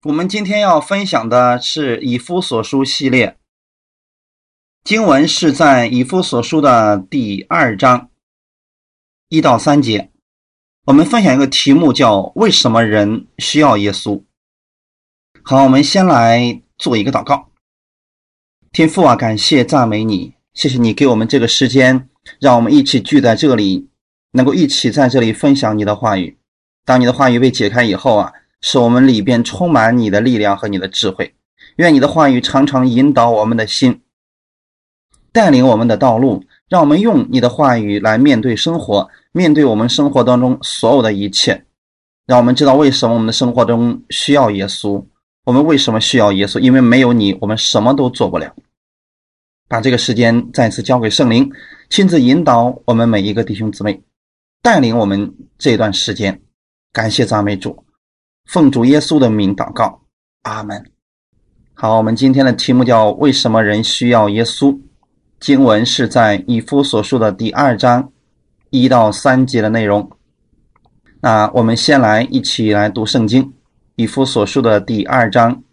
我们今天要分享的是以弗所书系列，经文是在以弗所书的第2章1到3节。我们分享一个题目叫为什么人需要耶稣。好，我们先来做一个祷告。天父啊，感谢赞美你，谢谢你给我们这个时间，让我们一起聚在这里，能够一起在这里分享你的话语。当你的话语被解开以后啊，使我们里边充满你的力量和你的智慧。愿你的话语常常引导我们的心，带领我们的道路，让我们用你的话语来面对生活，面对我们生活当中所有的一切。让我们知道为什么我们的生活中需要耶稣，我们为什么需要耶稣，因为没有你我们什么都做不了。把这个时间再次交给圣灵，亲自引导我们每一个弟兄姊妹，带领我们这段时间。感谢赞美主，奉主耶稣的名祷告，阿们。好，我们今天的题目叫为什么人需要耶稣。经文是在以弗所书的第2章1到3节的内容。那我们先来一起来读圣经，以弗所书的第2章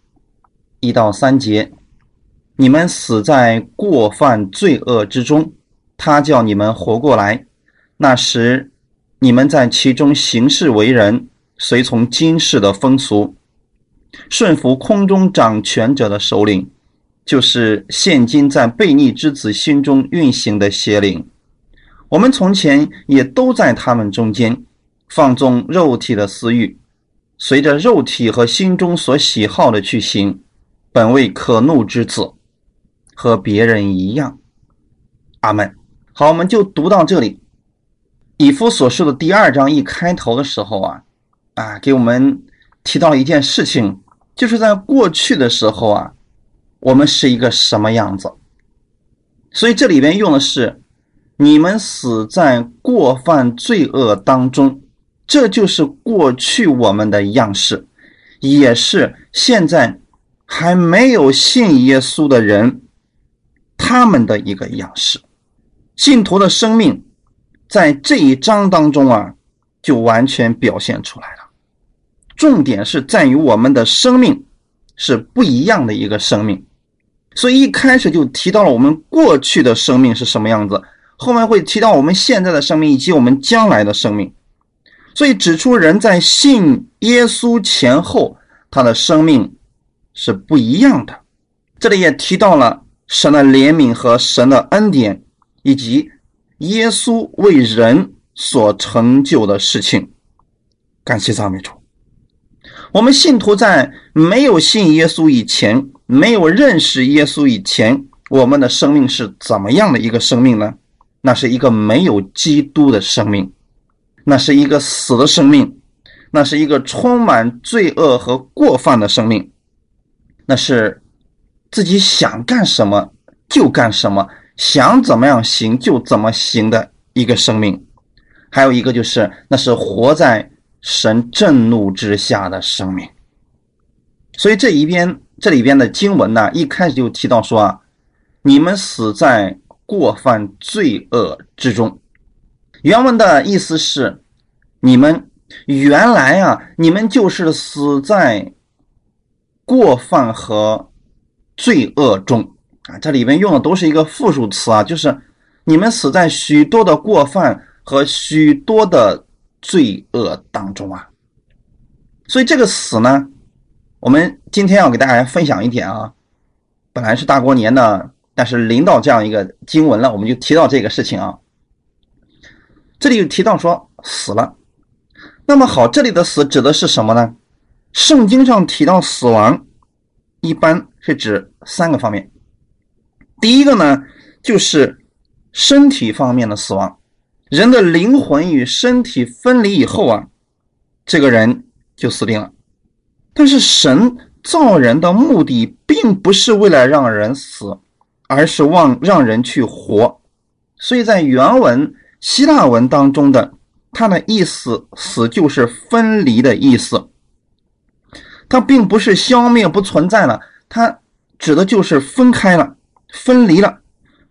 1到3节。你们死在过犯罪恶之中，他叫你们活过来。那时你们在其中行事为人，随从今世的风俗，顺服空中掌权者的首领，就是现今在悖逆之子心中运行的邪灵。我们从前也都在他们中间，放纵肉体的私欲，随着肉体和心中所喜好的去行，本为可怒之子，和别人一样。阿们。好，我们就读到这里。以弗所书的第2章一开头的时候给我们提到了一件事情，就是在过去的时候我们是一个什么样子。所以这里边用的是你们死在过犯罪恶当中，这就是过去我们的样式，也是现在还没有信耶稣的人他们的一个样式。信徒的生命在这一章当中就完全表现出来了。重点是在于我们的生命是不一样的一个生命。所以一开始就提到了我们过去的生命是什么样子，后面会提到我们现在的生命以及我们将来的生命。所以指出人在信耶稣前后，他的生命是不一样的。这里也提到了神的怜悯和神的恩典，以及耶稣为人所成就的事情。感谢赞美主。我们信徒在没有信耶稣以前，没有认识耶稣以前，我们的生命是怎么样的一个生命呢？那是一个没有基督的生命，那是一个死的生命，那是一个充满罪恶和过犯的生命，那是自己想干什么就干什么，想怎么样行就怎么行的一个生命。还有一个就是那是活在神震怒之下的生命。所以这里边的经文一开始就提到说你们死在过犯罪恶之中。原文的意思是你们原来你们就是死在过犯和罪恶中这里面用的都是一个复数词就是你们死在许多的过犯和许多的罪恶当中所以这个死呢，我们今天要给大家分享一点本来是大过年的，但是临到这样一个经文了，我们就提到这个事情这里有提到说死了。那么好，这里的死指的是什么呢？圣经上提到死亡一般是指3个方面。第一个呢，就是身体方面的死亡。人的灵魂与身体分离以后这个人就死定了。但是神造人的目的并不是为了让人死，而是让人去活。所以在原文希腊文当中的它的意思，死就是分离的意思。它并不是消灭不存在了，它指的就是分开了，分离了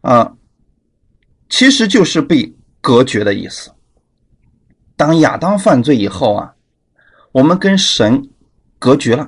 其实就是被隔绝的意思。当亚当犯罪以后我们跟神隔绝了，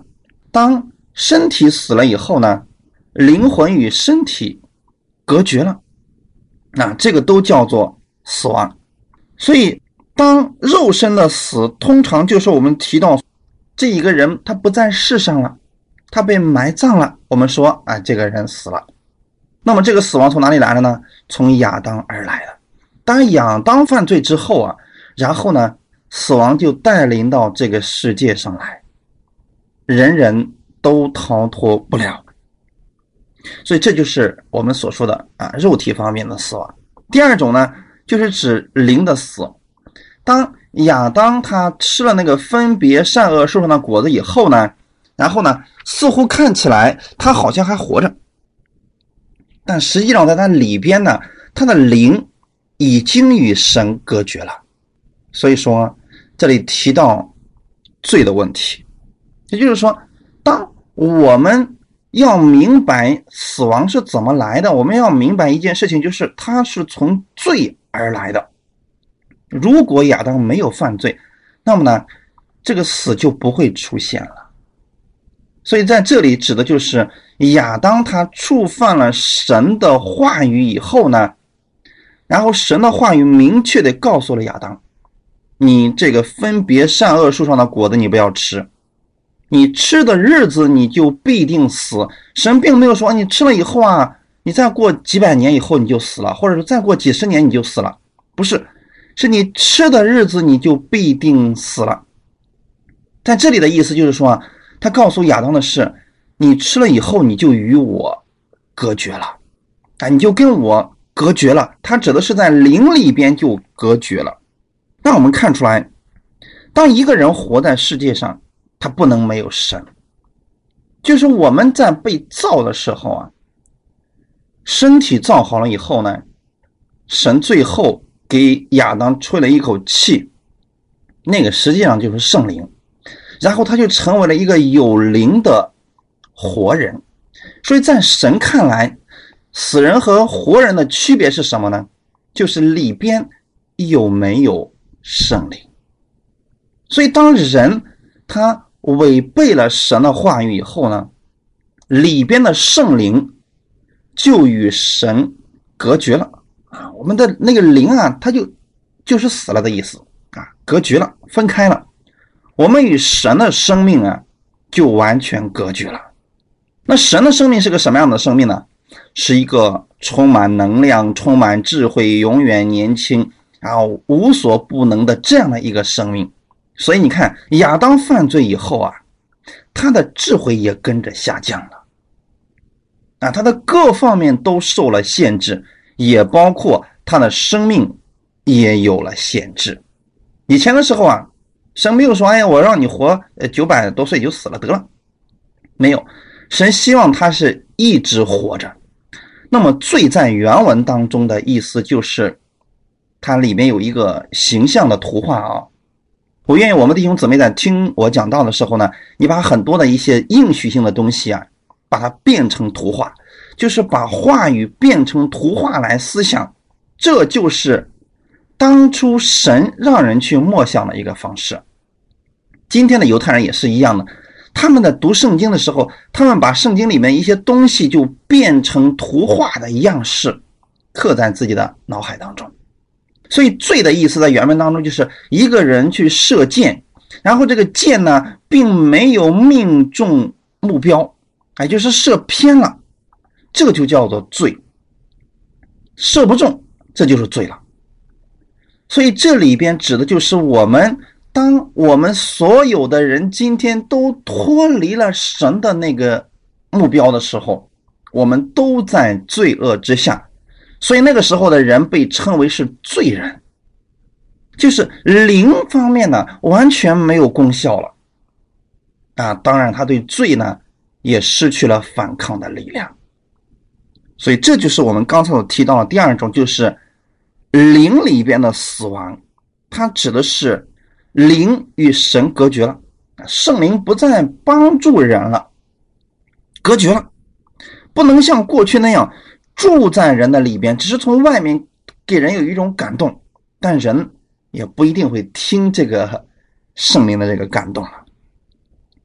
当身体死了以后呢，灵魂与身体隔绝了，那这个都叫做死亡。所以当肉身的死，通常就是我们提到这一个人他不在世上了，他被埋葬了，我们说这个人死了。那么这个死亡从哪里来的呢？从亚当而来的。当亚当犯罪之后然后呢，死亡就带临到这个世界上来，人人都逃脱不了。所以这就是我们所说的肉体方面的死亡。第二种呢，就是指灵的死。当亚当他吃了那个分别善恶树上的果子以后呢，然后呢，似乎看起来他好像还活着，但实际上在他里边呢，他的灵已经与神隔绝了。所以说这里提到罪的问题，也就是说当我们要明白死亡是怎么来的，我们要明白一件事情，就是它是从罪而来的。如果亚当没有犯罪，那么呢，这个死就不会出现了。所以在这里指的就是亚当他触犯了神的话语以后呢，然后神的话语明确地告诉了亚当，你这个分别善恶树上的果子你不要吃，你吃的日子你就必定死。神并没有说你吃了以后你再过几百年以后你就死了，或者是再过几十年你就死了，不是，是你吃的日子你就必定死了。在这里的意思就是说他告诉亚当的是，你吃了以后你就与我隔绝了你就跟我隔绝了。他指的是在灵里边就隔绝了。那我们看出来，当一个人活在世界上，他不能没有神。就是我们在被造的时候身体造好了以后呢，神最后给亚当吹了一口气，那个实际上就是圣灵，然后他就成为了一个有灵的活人。所以在神看来，死人和活人的区别是什么呢？就是里边有没有圣灵。所以当人他违背了神的话语以后呢，里边的圣灵就与神隔绝了我们的那个灵它就是死了的意思隔绝了，分开了。我们与神的生命就完全隔绝了。那神的生命是个什么样的生命呢？是一个充满能量、充满智慧、永远年轻无所不能的这样的一个生命。所以你看亚当犯罪以后他的智慧也跟着下降了他的各方面都受了限制，也包括他的生命也有了限制。以前的时候神没有说我让你活900多岁就死了得了，没有，神希望他是一直活着。那么罪在原文当中的意思就是它里面有一个形象的图画我愿意我们弟兄姊妹在听我讲道的时候呢，你把很多的一些应许性的东西把它变成图画，就是把话语变成图画来思想。这就是当初神让人去默想的一个方式。今天的犹太人也是一样的，他们在读圣经的时候，他们把圣经里面一些东西就变成图画的样式，刻在自己的脑海当中。所以罪的意思在原文当中就是一个人去射箭，然后这个箭呢并没有命中目标，也就是射偏了，这个就叫做罪。射不中，这就是罪了。所以这里边指的就是当我们所有的人今天都脱离了神的那个目标的时候，我们都在罪恶之下。所以那个时候的人被称为是罪人，就是灵方面呢完全没有功效了当然他对罪呢也失去了反抗的力量。所以这就是我们刚才所提到的第二种，就是灵里边的死亡。它指的是灵与神隔绝了，圣灵不再帮助人了，隔绝了，不能像过去那样住在人的里边，只是从外面给人有一种感动，但人也不一定会听这个圣灵的这个感动了。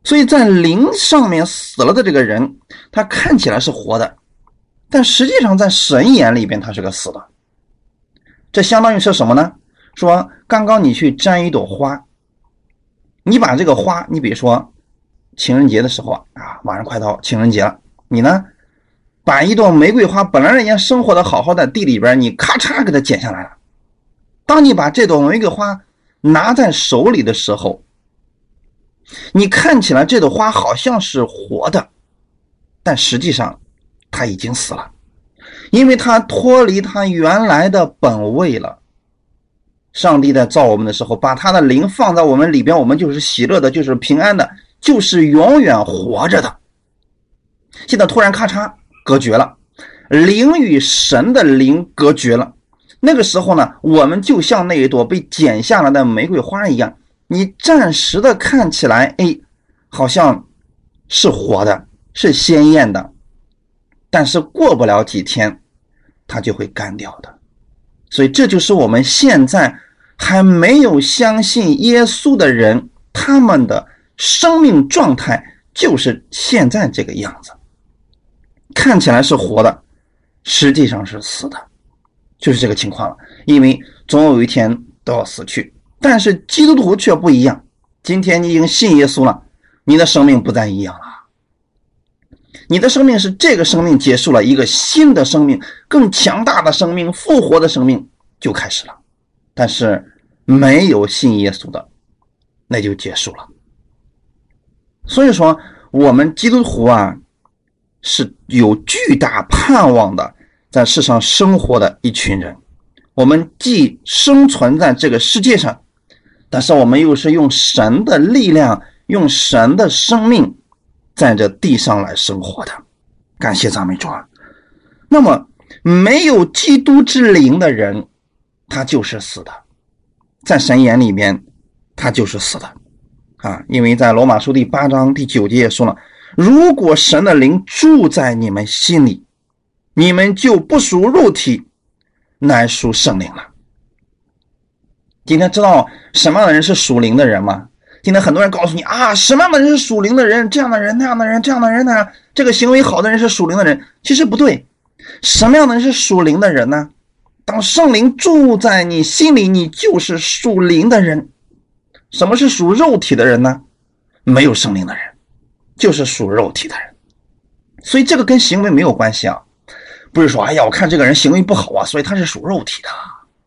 所以在灵上面死了的这个人，他看起来是活的，但实际上在神眼里边他是个死的。这相当于是什么呢？说刚刚你去摘一朵花，你把这个花，你比如说情人节的时候啊，马上快到情人节了，你呢把一朵玫瑰花，本来人家生活的好好的地里边，你咔嚓给它剪下来了。当你把这朵玫瑰花拿在手里的时候，你看起来这朵花好像是活的，但实际上它已经死了，因为它脱离它原来的本位了。上帝在造我们的时候，把他的灵放在我们里边，我们就是喜乐的，就是平安的，就是永远活着的。现在突然咔嚓隔绝了，灵与神的灵隔绝了。那个时候呢，我们就像那一朵被剪下来的玫瑰花一样，你暂时的看起来好像是活的，是鲜艳的，但是过不了几天它就会干掉的。所以这就是我们现在还没有相信耶稣的人，他们的生命状态就是现在这个样子，看起来是活的，实际上是死的，就是这个情况了。因为总有一天都要死去，但是基督徒却不一样。今天你已经信耶稣了，你的生命不再一样了，你的生命是这个生命结束了，一个新的生命，更强大的生命，复活的生命就开始了。但是没有信耶稣的，那就结束了。所以说我们基督徒是有巨大盼望的，在世上生活的一群人。我们既生存在这个世界上，但是我们又是用神的力量，用神的生命在这地上来生活的。感谢赞美主啊！那么没有基督之灵的人，他就是死的，在神眼里面他就是死的因为在罗马书第8章第9节也说了，如果神的灵住在你们心里，你们就不属肉体，乃属圣灵了。今天知道什么样的人是属灵的人吗？今天很多人告诉你什么样的人是属灵的人，这样的人那样的人这样的人呢，这个行为好的人是属灵的人。其实不对，什么样的人是属灵的人呢？当圣灵住在你心里，你就是属灵的人。什么是属肉体的人呢？没有圣灵的人就是属肉体的人。所以这个跟行为没有关系不是说我看这个人行为不好所以他是属肉体的。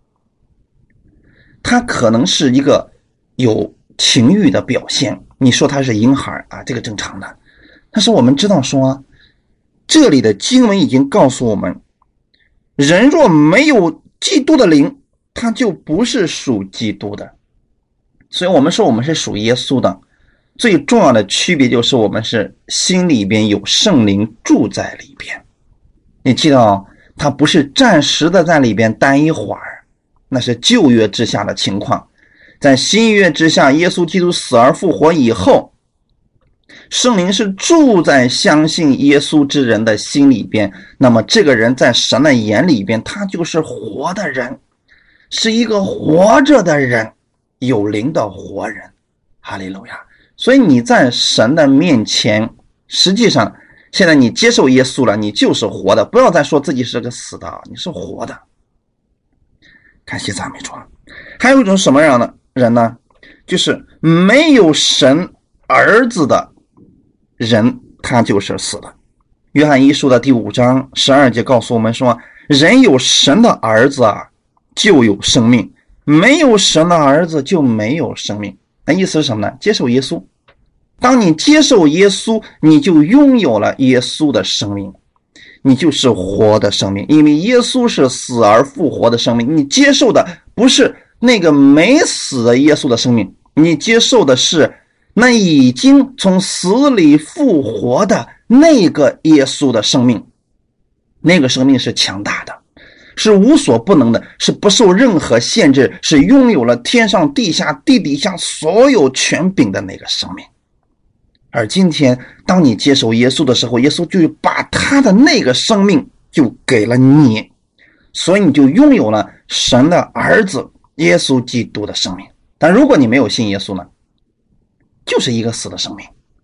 他可能是一个有情欲的表现，你说他是婴孩这个正常的。但是我们知道说这里的经文已经告诉我们，人若没有基督的灵，他就不是属基督的。所以我们说我们是属耶稣的，最重要的区别就是我们是心里边有圣灵住在里边。你记得他不是暂时的在里边待一会儿，那是旧约之下的情况。在新约之下，耶稣基督死而复活以后，圣灵是住在相信耶稣之人的心里边，那么这个人在神的眼里边，他就是活的人，是一个活着的人，有灵的活人。哈利路亚！所以你在神的面前，实际上现在你接受耶稣了，你就是活的，不要再说自己是个死的，你是活的。感谢赞美主。还有一种什么样的人呢？就是没有神儿子的人，他就是死的。约翰一书的第5章12节告诉我们说，人有神的儿子就有生命，没有神的儿子就没有生命。那意思是什么呢？接受耶稣。当你接受耶稣，你就拥有了耶稣的生命，你就是活的生命，因为耶稣是死而复活的生命。你接受的不是那个没死的耶稣的生命，你接受的是那已经从死里复活的那个耶稣的生命。那个生命是强大的，是无所不能的，是不受任何限制，是拥有了天上地下地底下所有权柄的那个生命。而今天当你接受耶稣的时候，耶稣就把他的那个生命就给了你，所以你就拥有了神的儿子耶稣基督的生命。但如果你没有信耶稣呢，就是一个死的生命。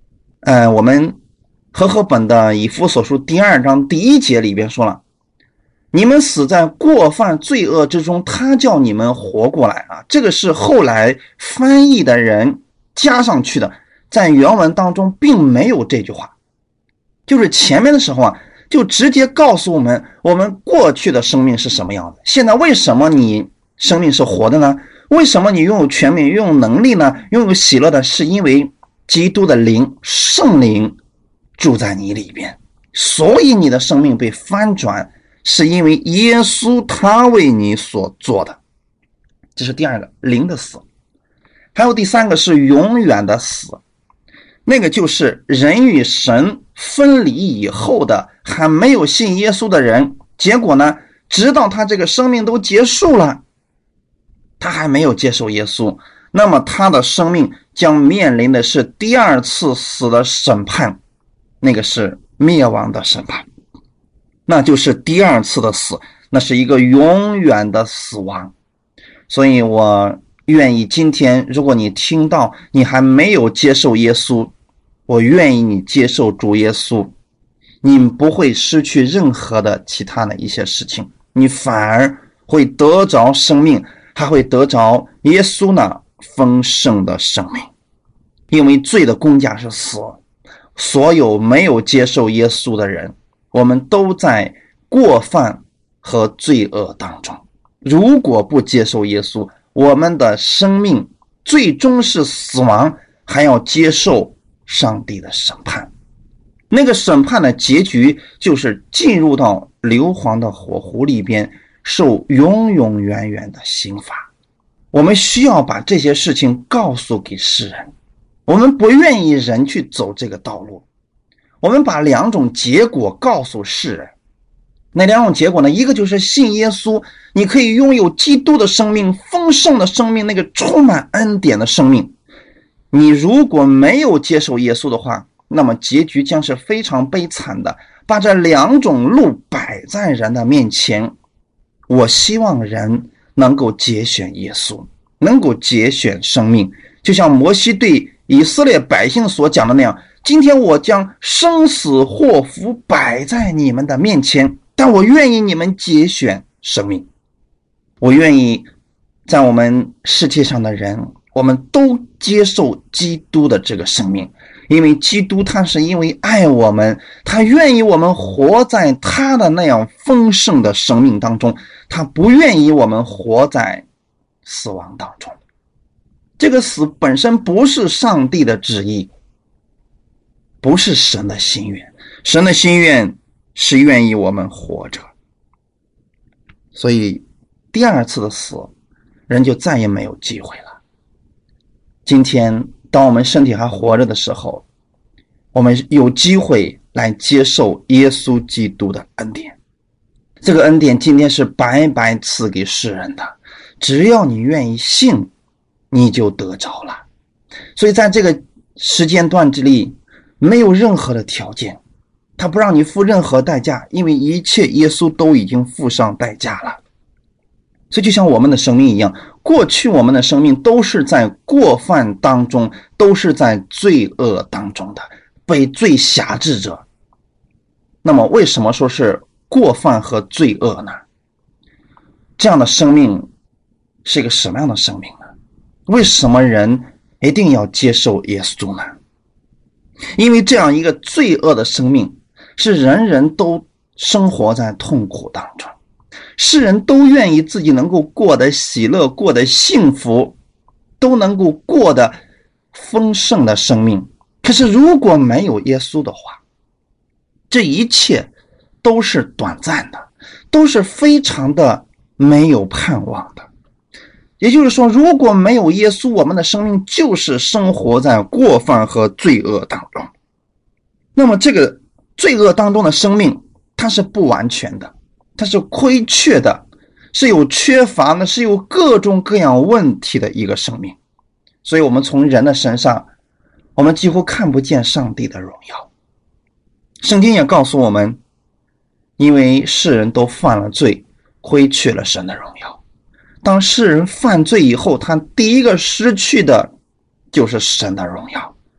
我们和合本的以弗所书第2章第1节里边说了，你们死在过犯罪恶之中，他叫你们活过来啊。这个是后来翻译的人加上去的，在原文当中并没有这句话。就是前面的时候啊，就直接告诉我们过去的生命是什么样的，现在为什么你生命是活的呢？为什么你拥有权柄，拥有能力呢？拥有喜乐的是因为基督的灵，圣灵住在你里边，所以你的生命被翻转，是因为耶稣他为你所做的。这是第2个，灵的死。还有第3个是永远的死，那个就是人与神分离以后的还没有信耶稣的人，结果呢，直到他这个生命都结束了，他还没有接受耶稣，那么他的生命将面临的是第2次死的审判，那个是灭亡的审判，那就是第2次的死，那是一个永远的死亡。所以我愿意今天，如果你听到你还没有接受耶稣，我愿意你接受主耶稣，你不会失去任何的其他的一些事情，你反而会得着生命，还会得着耶稣那丰盛的生命。因为罪的工价是死，所有没有接受耶稣的人，我们都在过犯和罪恶当中。如果不接受耶稣，我们的生命最终是死亡，还要接受上帝的审判。那个审判的结局就是进入到硫磺的火湖里边，受永永远远的刑罚。我们需要把这些事情告诉给世人，我们不愿意人去走这个道路，我们把2种结果告诉世人。那2种结果呢，一个就是信耶稣，你可以拥有基督的生命，丰盛的生命，那个充满恩典的生命。你如果没有接受耶稣的话，那么结局将是非常悲惨的。把这2种路摆在人的面前，我希望人能够节选耶稣，能够节选生命，就像摩西对以色列百姓所讲的那样，今天我将生死祸福摆在你们的面前，但我愿意你们节选生命。我愿意在我们世界上的人，我们都接受基督的这个生命，因为基督他是因为爱我们，他愿意我们活在他的那样丰盛的生命当中，他不愿意我们活在死亡当中。这个死本身不是上帝的旨意，不是神的心愿，神的心愿是愿意我们活着。所以第2次的死，人就再也没有机会了。今天当我们身体还活着的时候，我们有机会来接受耶稣基督的恩典。这个恩典今天是白白赐给世人的，只要你愿意信，你就得着了。所以在这个时间段之里，没有任何的条件，他不让你付任何代价，因为一切耶稣都已经付上代价了。所以就像我们的生命一样，过去我们的生命都是在过犯当中，都是在罪恶当中的，被罪辖制着。那么为什么说是过犯和罪恶呢？这样的生命是一个什么样的生命呢？为什么人一定要接受耶稣呢？因为这样一个罪恶的生命是人人都生活在痛苦当中，世人都愿意自己能够过得喜乐，过得幸福，都能够过得丰盛的生命。可是如果没有耶稣的话，这一切都是短暂的，都是非常的没有盼望的。也就是说，如果没有耶稣，我们的生命就是生活在过犯和罪恶当中。那么这个罪恶当中的生命，它是不完全的，它是亏缺的，是有缺乏的，是有各种各样问题的一个生命。所以我们从人的身上，我们几乎看不见上帝的荣耀。圣经也告诉我们，因为世人都犯了罪，亏缺了神的荣耀。当世人犯罪以后，他第一个失去的就是神的荣耀。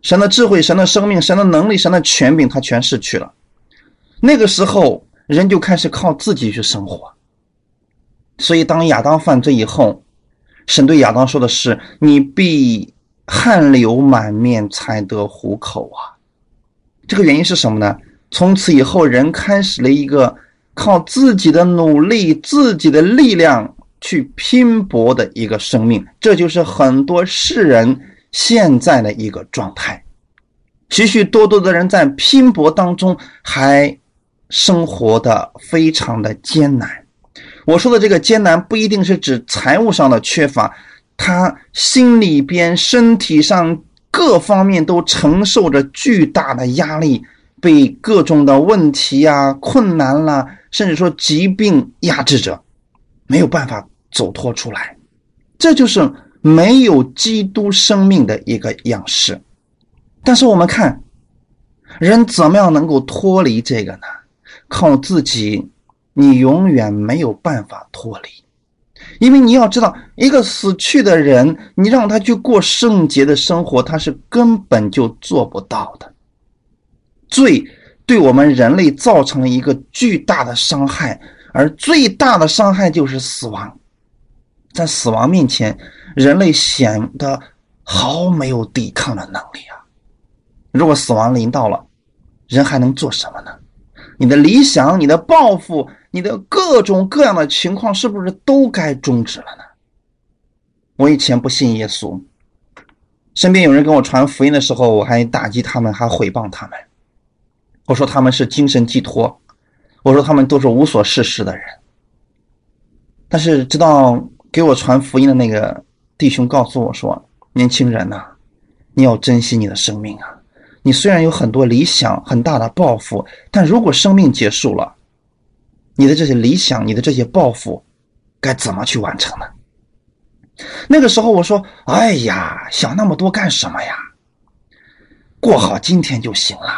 神的智慧、神的生命、神的能力、神的权柄，他全失去了。那个时候人就开始靠自己去生活。所以当亚当犯罪以后，神对亚当说的是，你必汗流满面才得糊口啊。这个原因是什么呢？从此以后人开始了一个靠自己的努力、自己的力量去拼搏的一个生命，这就是很多世人现在的一个状态。许许多多的人在拼搏当中还生活的非常的艰难。我说的这个艰难不一定是指财务上的缺乏，他心里边、身体上各方面都承受着巨大的压力，被各种的问题啊、困难啦，甚至说疾病压制着，没有办法走脱出来。这就是没有基督生命的一个样式。但是我们看人怎么样能够脱离这个呢？靠自己你永远没有办法脱离。因为你要知道，一个死去的人，你让他去过圣洁的生活，他是根本就做不到的。罪对我们人类造成了一个巨大的伤害，而最大的伤害就是死亡。在死亡面前，人类显得毫没有抵抗的能力啊！如果死亡临到了，人还能做什么呢？你的理想、你的抱负、你的各种各样的情况，是不是都该终止了呢？我以前不信耶稣，身边有人跟我传福音的时候，我还打击他们，还毁谤他们。我说他们是精神寄托，我说他们都是无所事事的人。但是直到给我传福音的那个弟兄告诉我说，年轻人啊，你要珍惜你的生命啊！你虽然有很多理想、很大的抱负，但如果生命结束了，你的这些理想、你的这些抱负该怎么去完成呢？那个时候我说，哎呀，想那么多干什么呀？过好今天就行了。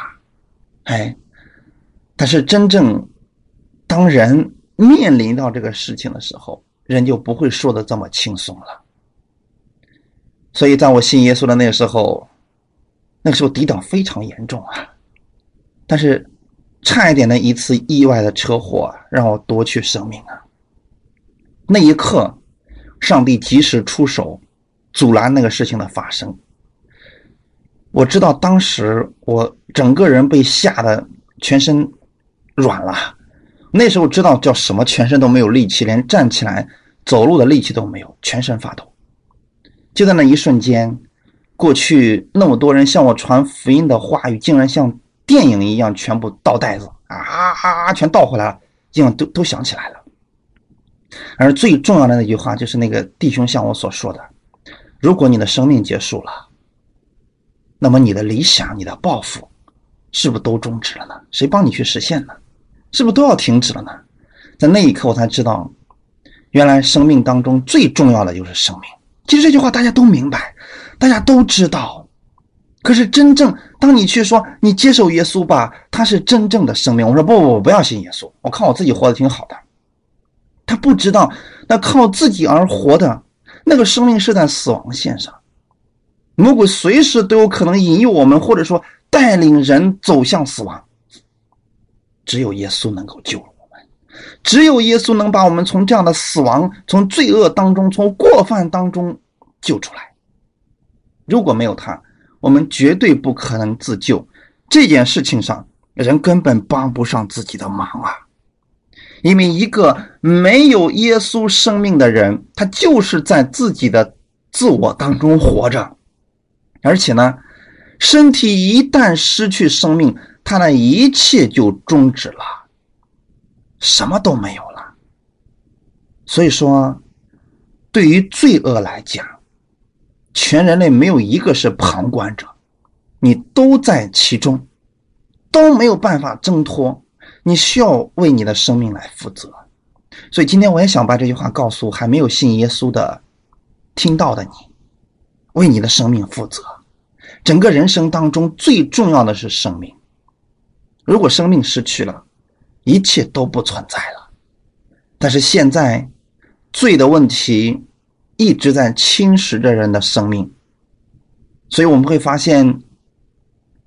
但是真正当人面临到这个事情的时候，人就不会说的这么轻松了。所以在我信耶稣的那个时候抵挡非常严重啊，但是差一点的一次意外的车祸让我夺去生命啊。那一刻上帝及时出手阻拦那个事情的发生。我知道当时我整个人被吓得全身软了，那时候知道叫什么全身都没有力气，连站起来走路的力气都没有，全身发抖。就在那一瞬间，过去那么多人向我传福音的话语竟然像电影一样全部倒带子全倒回来了，竟然都想起来了。而最重要的那句话就是那个弟兄向我所说的，如果你的生命结束了，那么你的理想、你的抱负是不是都终止了呢？谁帮你去实现呢？是不是都要停止了呢？在那一刻我才知道，原来生命当中最重要的就是生命。其实这句话大家都明白，大家都知道，可是真正当你去说你接受耶稣吧，他是真正的生命。我说不，不要信耶稣，我靠我自己活得挺好的。他不知道那靠自己而活的那个生命是在死亡线上，魔鬼随时都有可能引诱我们，或者说带领人走向死亡。只有耶稣能够救我们，只有耶稣能把我们从这样的死亡、从罪恶当中、从过犯当中救出来。如果没有他，我们绝对不可能自救。这件事情上，人根本帮不上自己的忙啊！因为一个没有耶稣生命的人，他就是在自己的自我当中活着，而且呢，身体一旦失去生命，他的一切就终止了，什么都没有了。所以说，对于罪恶来讲，全人类没有一个是旁观者，你都在其中，都没有办法挣脱，你需要为你的生命来负责。所以今天我也想把这句话告诉还没有信耶稣的听到的你，为你的生命负责。整个人生当中最重要的是生命，如果生命失去了，一切都不存在了。但是现在罪的问题一直在侵蚀着人的生命，所以我们会发现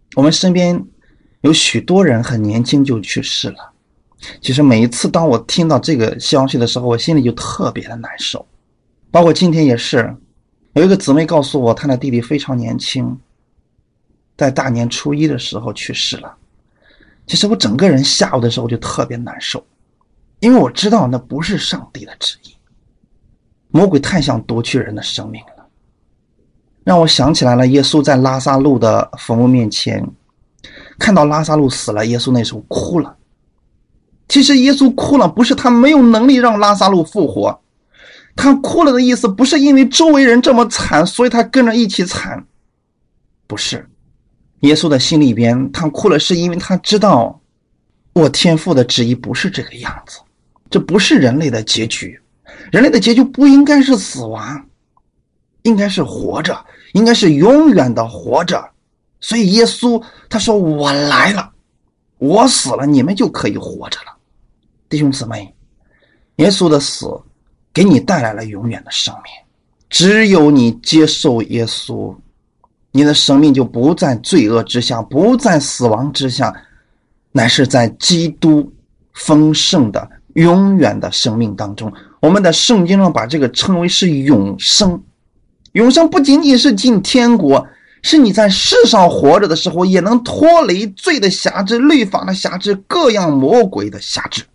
我们身边有许多人很年轻就去世了。其实每一次当我听到这个消息的时候，我心里就特别的难受。包括今天也是，有一个姊妹告诉我，她的弟弟非常年轻，在大年初一的时候去世了。其实我整个人下午的时候就特别难受，因为我知道那不是上帝的旨意。魔鬼太想夺去人的生命了，让我想起来了耶稣在拉撒路的坟墓面前，看到拉撒路死了，耶稣那时候哭了。其实耶稣哭了，不是他没有能力让拉撒路复活，他哭了的意思不是因为周围人这么惨，所以他跟着一起惨，不是。耶稣的心里边，他哭了是因为他知道我天父的旨意不是这个样子，这不是人类的结局。人类的结局不应该是死亡，应该是活着，应该是永远的活着。所以耶稣他说，我来了，我死了，你们就可以活着了。弟兄姊妹，耶稣的死给你带来了永远的生命，只有你接受耶稣，你的生命就不在罪恶之下，不在死亡之下，乃是在基督丰盛的永远的生命当中。我们的圣经上把这个称为是永生。永生不仅仅是进天国，是你在世上活着的时候也能脱离罪的辖制、律法的辖制、各样魔鬼的辖制。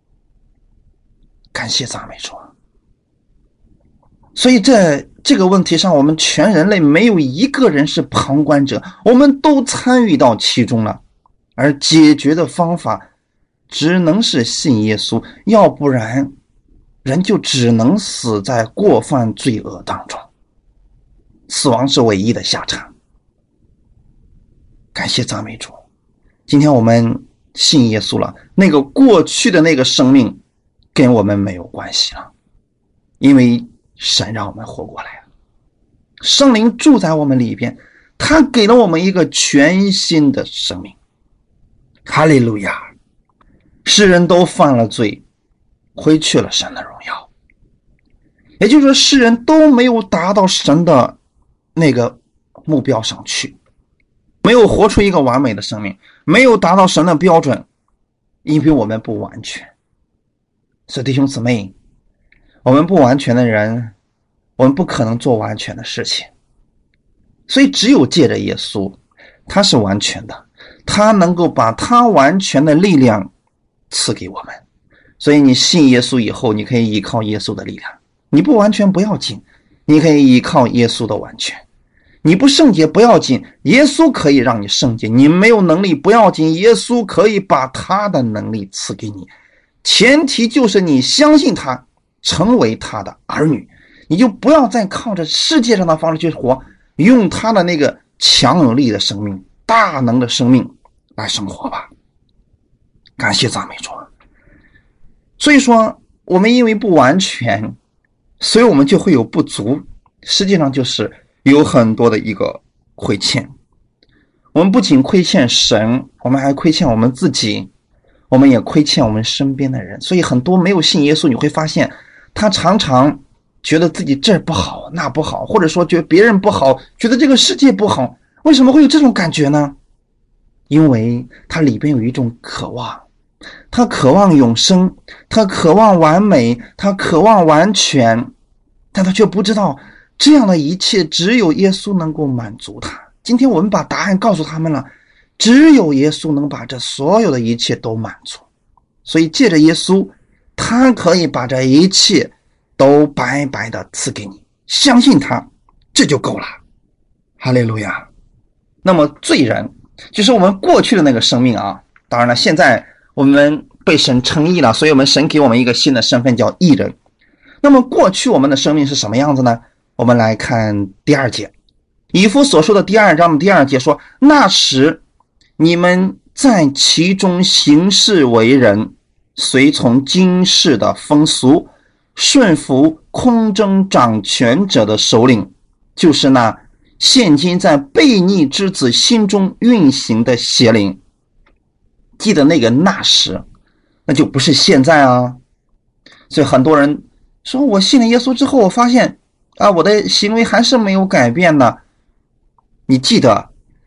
感谢赞美主。所以这个问题上，我们全人类没有一个人是旁观者，我们都参与到其中了。而解决的方法只能是信耶稣，要不然人就只能死在过犯罪恶当中，死亡是唯一的下场。感谢赞美主，今天我们信耶稣了，那个过去的那个生命跟我们没有关系了，因为神让我们活过来了，圣灵住在我们里边，他给了我们一个全新的生命。哈利路亚！世人都犯了罪，亏去了神的荣耀，也就是说世人都没有达到神的那个目标上去，没有活出一个完美的生命，没有达到神的标准，因为我们不完全。所以弟兄姊妹，我们不完全的人，我们不可能做完全的事情，所以只有借着耶稣，他是完全的，他能够把他完全的力量赐给我们。所以你信耶稣以后，你可以依靠耶稣的力量，你不完全不要紧，你可以依靠耶稣的完全。你不圣洁不要紧，耶稣可以让你圣洁。你没有能力不要紧，耶稣可以把他的能力赐给你，前提就是你相信他，成为他的儿女，你就不要再靠着世界上的方式去活，用他的那个强有力的生命、大能的生命来生活吧。感谢赞美主。所以说我们因为不完全，所以我们就会有不足，实际上就是有很多的一个亏欠。我们不仅亏欠神，我们还亏欠我们自己，我们也亏欠我们身边的人。所以很多没有信耶稣，你会发现他常常觉得自己这不好那不好，或者说觉得别人不好，觉得这个世界不好。为什么会有这种感觉呢？因为他里边有一种渴望，他渴望永生，他渴望完美，他渴望完全，但他却不知道这样的一切只有耶稣能够满足他。今天我们把答案告诉他们了，只有耶稣能把这所有的一切都满足。所以借着耶稣，他可以把这一切都白白的赐给你，相信他，这就够了。哈利路亚。那么罪人就是我们过去的那个生命啊，当然了，现在我们被神称义了，所以我们神给我们一个新的身份叫义人。那么过去我们的生命是什么样子呢？我们来看第2节，以弗所书的第2章的第2节说，那时你们在其中行事为人，随从今世的风俗，顺服空中掌权者的首领，就是那现今在悖逆之子心中运行的邪灵。记得那个那时，那就不是现在啊。所以很多人说，我信了耶稣之后，我发现我的行为还是没有改变呢。你记得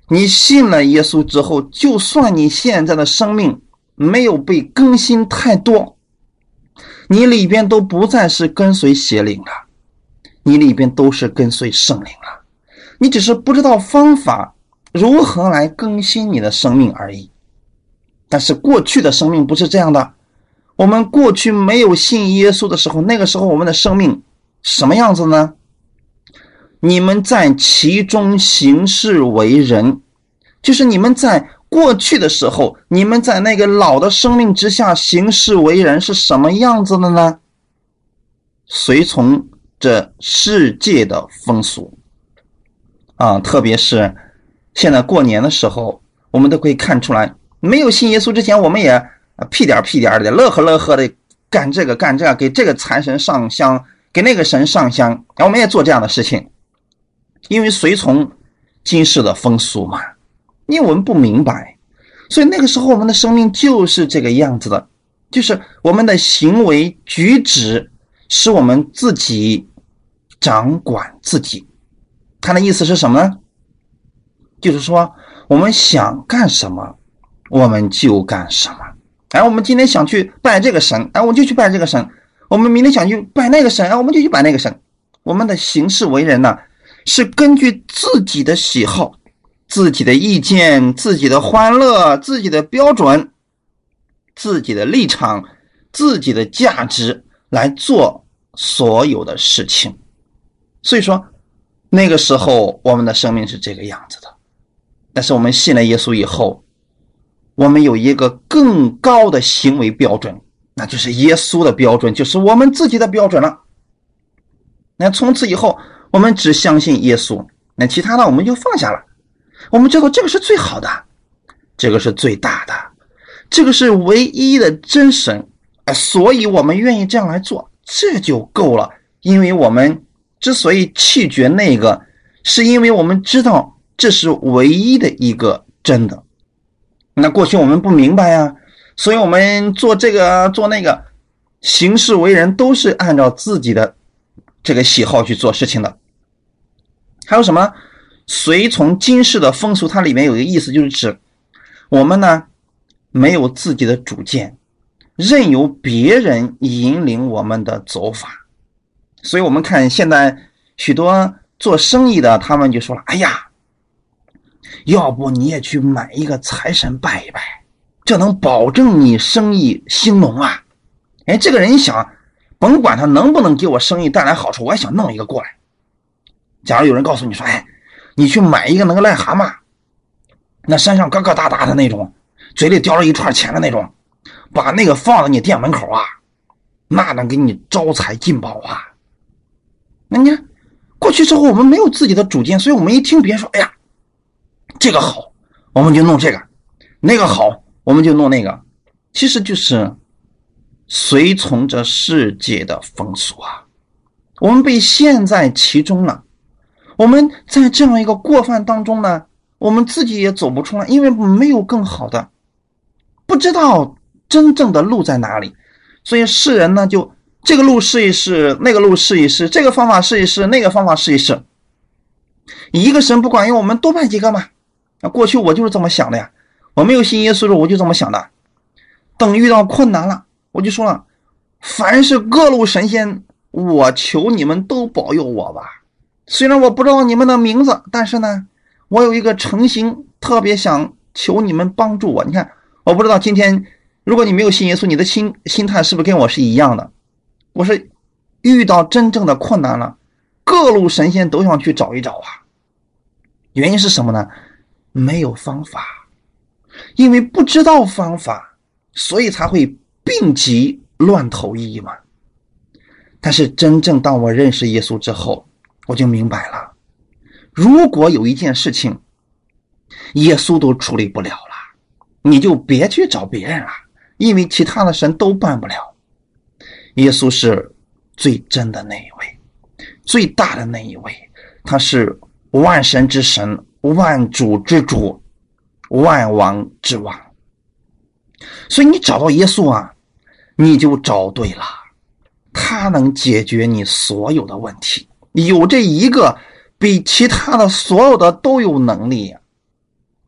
你信了耶稣之后，就算你现在的生命没有被更新太多，你里边都不再是跟随邪灵了，你里边都是跟随圣灵了。你只是不知道方法如何来更新你的生命而已。但是过去的生命不是这样的，我们过去没有信耶稣的时候，那个时候我们的生命什么样子呢？你们在其中行事为人，就是你们在过去的时候，你们在那个老的生命之下行事为人是什么样子的呢？随从这世界的风俗特别是现在过年的时候，我们都可以看出来，没有信耶稣之前，我们也屁颠的乐呵乐呵的干这个干这个，给这个财神上香，给那个神上香，然后我们也做这样的事情，因为随从今世的风俗嘛，因为我们不明白，所以那个时候我们的生命就是这个样子的，就是我们的行为举止使我们自己掌管自己。他的意思是什么呢？就是说我们想干什么我们就干什么。我们今天想去拜这个神，我们就去拜这个神。我们明天想去拜那个神，我们就去拜那个神。我们的行事为人呢，是根据自己的喜好、自己的意见、自己的欢乐、自己的标准、自己的立场、自己的价值来做所有的事情。所以说那个时候我们的生命是这个样子的。但是我们信了耶稣以后，我们有一个更高的行为标准，那就是耶稣的标准，就是我们自己的标准了。那从此以后我们只相信耶稣，那其他的我们就放下了。我们知道这个是最好的，这个是最大的，这个是唯一的真神，所以我们愿意这样来做，这就够了。因为我们之所以弃绝那个，是因为我们知道这是唯一的一个真的。那过去我们不明白啊，所以我们做这个做那个，行事为人都是按照自己的这个喜好去做事情的。还有什么随从今世的风俗，它里面有一个意思，就是指我们呢没有自己的主见，任由别人引领我们的走法。所以我们看现在许多做生意的，他们就说了，哎呀，要不你也去买一个财神拜一拜，这能保证你生意兴隆啊。这个人想，甭管他能不能给我生意带来好处，我也想弄一个过来。假如有人告诉你说，你去买一个那个癞蛤蟆，那身上疙疙瘩瘩的那种，嘴里叼着一串钱的那种，把那个放在你店门口啊，那能给你招财进宝啊。那你看过去之后我们没有自己的主见，所以我们一听别人说，哎呀这个好我们就弄这个，那个好我们就弄那个，其实就是随从着世界的风俗啊。我们被陷在其中了，我们在这样一个过犯当中呢，我们自己也走不出来，因为没有更好的，不知道真正的路在哪里。所以世人呢就这个路试一试，那个路试一试，这个方法试一试，那个方法试一试，一个神不管用，我们多拜几个嘛。过去我就是这么想的呀，我没有信耶稣的时候我就这么想的。等遇到困难了，我就说了，凡是各路神仙，我求你们都保佑我吧。虽然我不知道你们的名字，但是呢我有一个诚心，特别想求你们帮助我。你看，我不知道今天如果你没有信耶稣，你的心态是不是跟我是一样的？我是遇到真正的困难了，各路神仙都想去找一找啊。原因是什么呢？没有方法，因为不知道方法，所以才会病急乱投医嘛。但是真正当我认识耶稣之后，我就明白了，如果有一件事情耶稣都处理不了了，你就别去找别人了，因为其他的神都办不了。耶稣是最真的那一位，最大的那一位，他是万神之神，万主之主，万王之王。所以你找到耶稣啊，你就找对了，他能解决你所有的问题，有这一个比其他的所有的都有能力。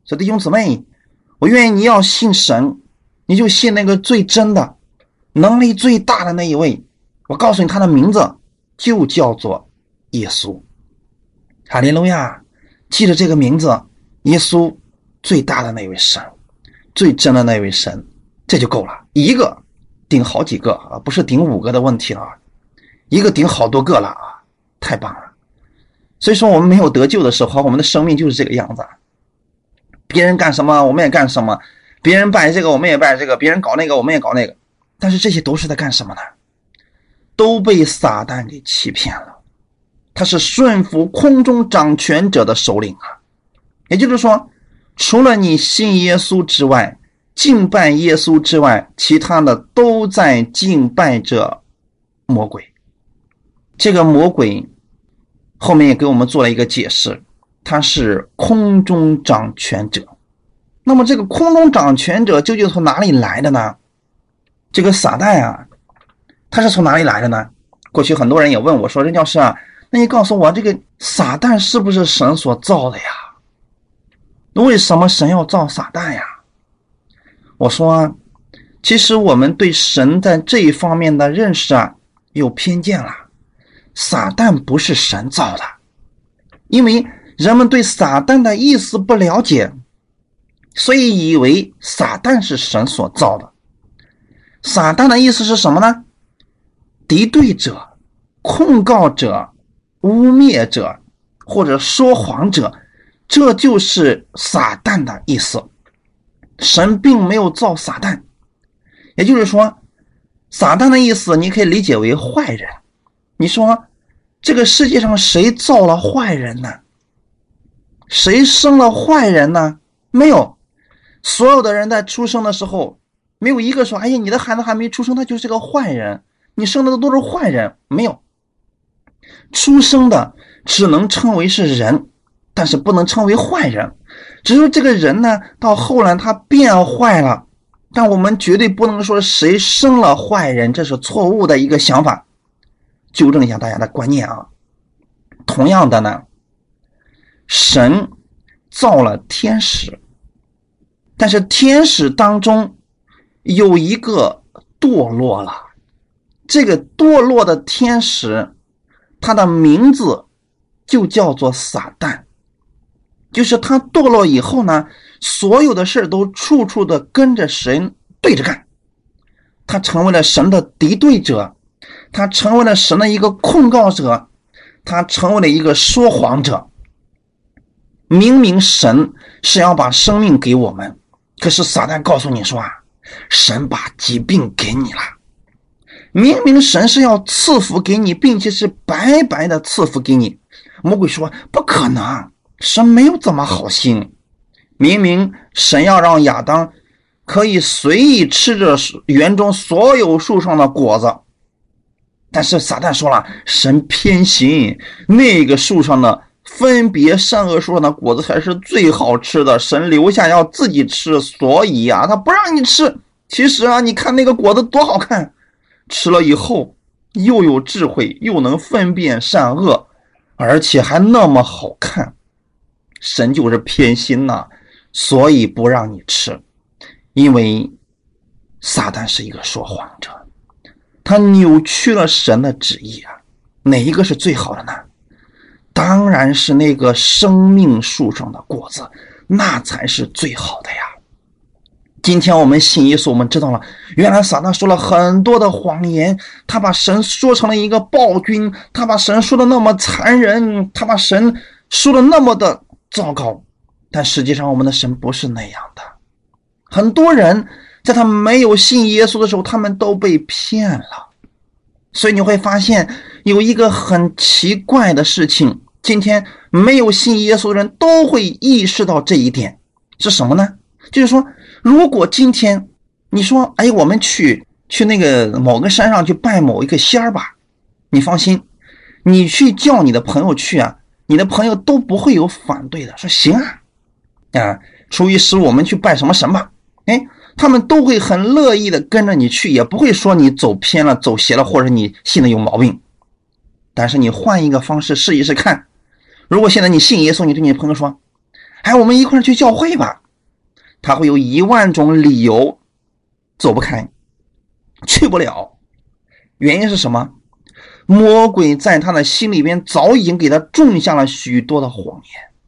说弟兄姊妹，我愿意你要信神，你就信那个最真的能力最大的那一位，我告诉你他的名字就叫做耶稣。哈利路亚，记着这个名字，耶稣，最大的那位神，最真的那位神，这就够了。一个顶好几个啊，不是顶5个的问题了，一个顶好多个了啊，太棒了。所以说我们没有得救的时候，我们的生命就是这个样子，别人干什么我们也干什么，别人拜这个我们也拜这个，别人搞那个我们也搞那个，但是这些都是在干什么呢？都被撒旦给欺骗了，他是顺服空中掌权者的首领啊。也就是说，除了你信耶稣之外，敬拜耶稣之外，其他的都在敬拜着魔鬼。这个魔鬼后面也给我们做了一个解释，他是空中掌权者。那么这个空中掌权者究竟从哪里来的呢？这个撒旦啊，他是从哪里来的呢？过去很多人也问我说，任教师啊，那你告诉我，这个撒旦是不是神所造的呀？为什么神要造撒旦呀？我说，其实我们对神在这一方面的认识啊有偏见了。撒旦不是神造的，因为人们对撒旦的意思不了解，所以以为撒旦是神所造的。撒旦的意思是什么呢？敌对者、控告者、污蔑者或者说谎者，这就是撒旦的意思。神并没有造撒旦，也就是说，撒旦的意思你可以理解为坏人。你说这个世界上谁造了坏人呢？谁生了坏人呢？没有。所有的人在出生的时候，没有一个说，哎呀，你的孩子还没出生他就是个坏人，你生的都是坏人。没有，出生的只能称为是人，但是不能称为坏人。只是这个人呢，到后来他变坏了，但我们绝对不能说谁生了坏人，这是错误的一个想法。纠正一下大家的观念啊。同样的呢，神造了天使，但是天使当中有一个堕落了，这个堕落的天使他的名字就叫做撒旦。就是他堕落以后呢，所有的事都处处的跟着神对着干，他成为了神的敌对者，他成为了神的一个控告者，他成为了一个说谎者。明明神是要把生命给我们，可是撒旦告诉你说啊，神把疾病给你了。明明神是要赐福给你，并且是白白的赐福给你，魔鬼说不可能，神没有这么好心。明明神要让亚当可以随意吃着园中所有树上的果子，但是撒旦说了，神偏心，那个树上的分别善恶树上的果子才是最好吃的，神留下要自己吃，所以啊他不让你吃。其实啊，你看那个果子多好看，吃了以后又有智慧，又能分辨善恶，而且还那么好看。神就是偏心呐，所以不让你吃。因为撒旦是一个说谎者，他扭曲了神的旨意啊。哪一个是最好的呢？当然是那个生命树上的果子，那才是最好的呀。今天我们信耶稣，我们知道了，原来撒旦说了很多的谎言，他把神说成了一个暴君，他把神说的那么残忍，他把神说的那么的糟糕，但实际上我们的神不是那样的。很多人在他没有信耶稣的时候，他们都被骗了。所以你会发现有一个很奇怪的事情，今天没有信耶稣的人都会意识到这一点，是什么呢？就是说，如果今天你说，哎，我们去那个某个山上去拜某一个仙儿吧，你放心，你去叫你的朋友去啊，你的朋友都不会有反对的，说行啊，初一十五我们去拜什么神吧，哎，他们都会很乐意的跟着你去，也不会说你走偏了走邪了，或者你信的有毛病。但是你换一个方式试一试看，如果现在你信耶稣，你对你的朋友说， 我们一块去教会吧，他会有10000种理由走不开，去不了。原因是什么？魔鬼在他的心里边早已经给他种下了许多的谎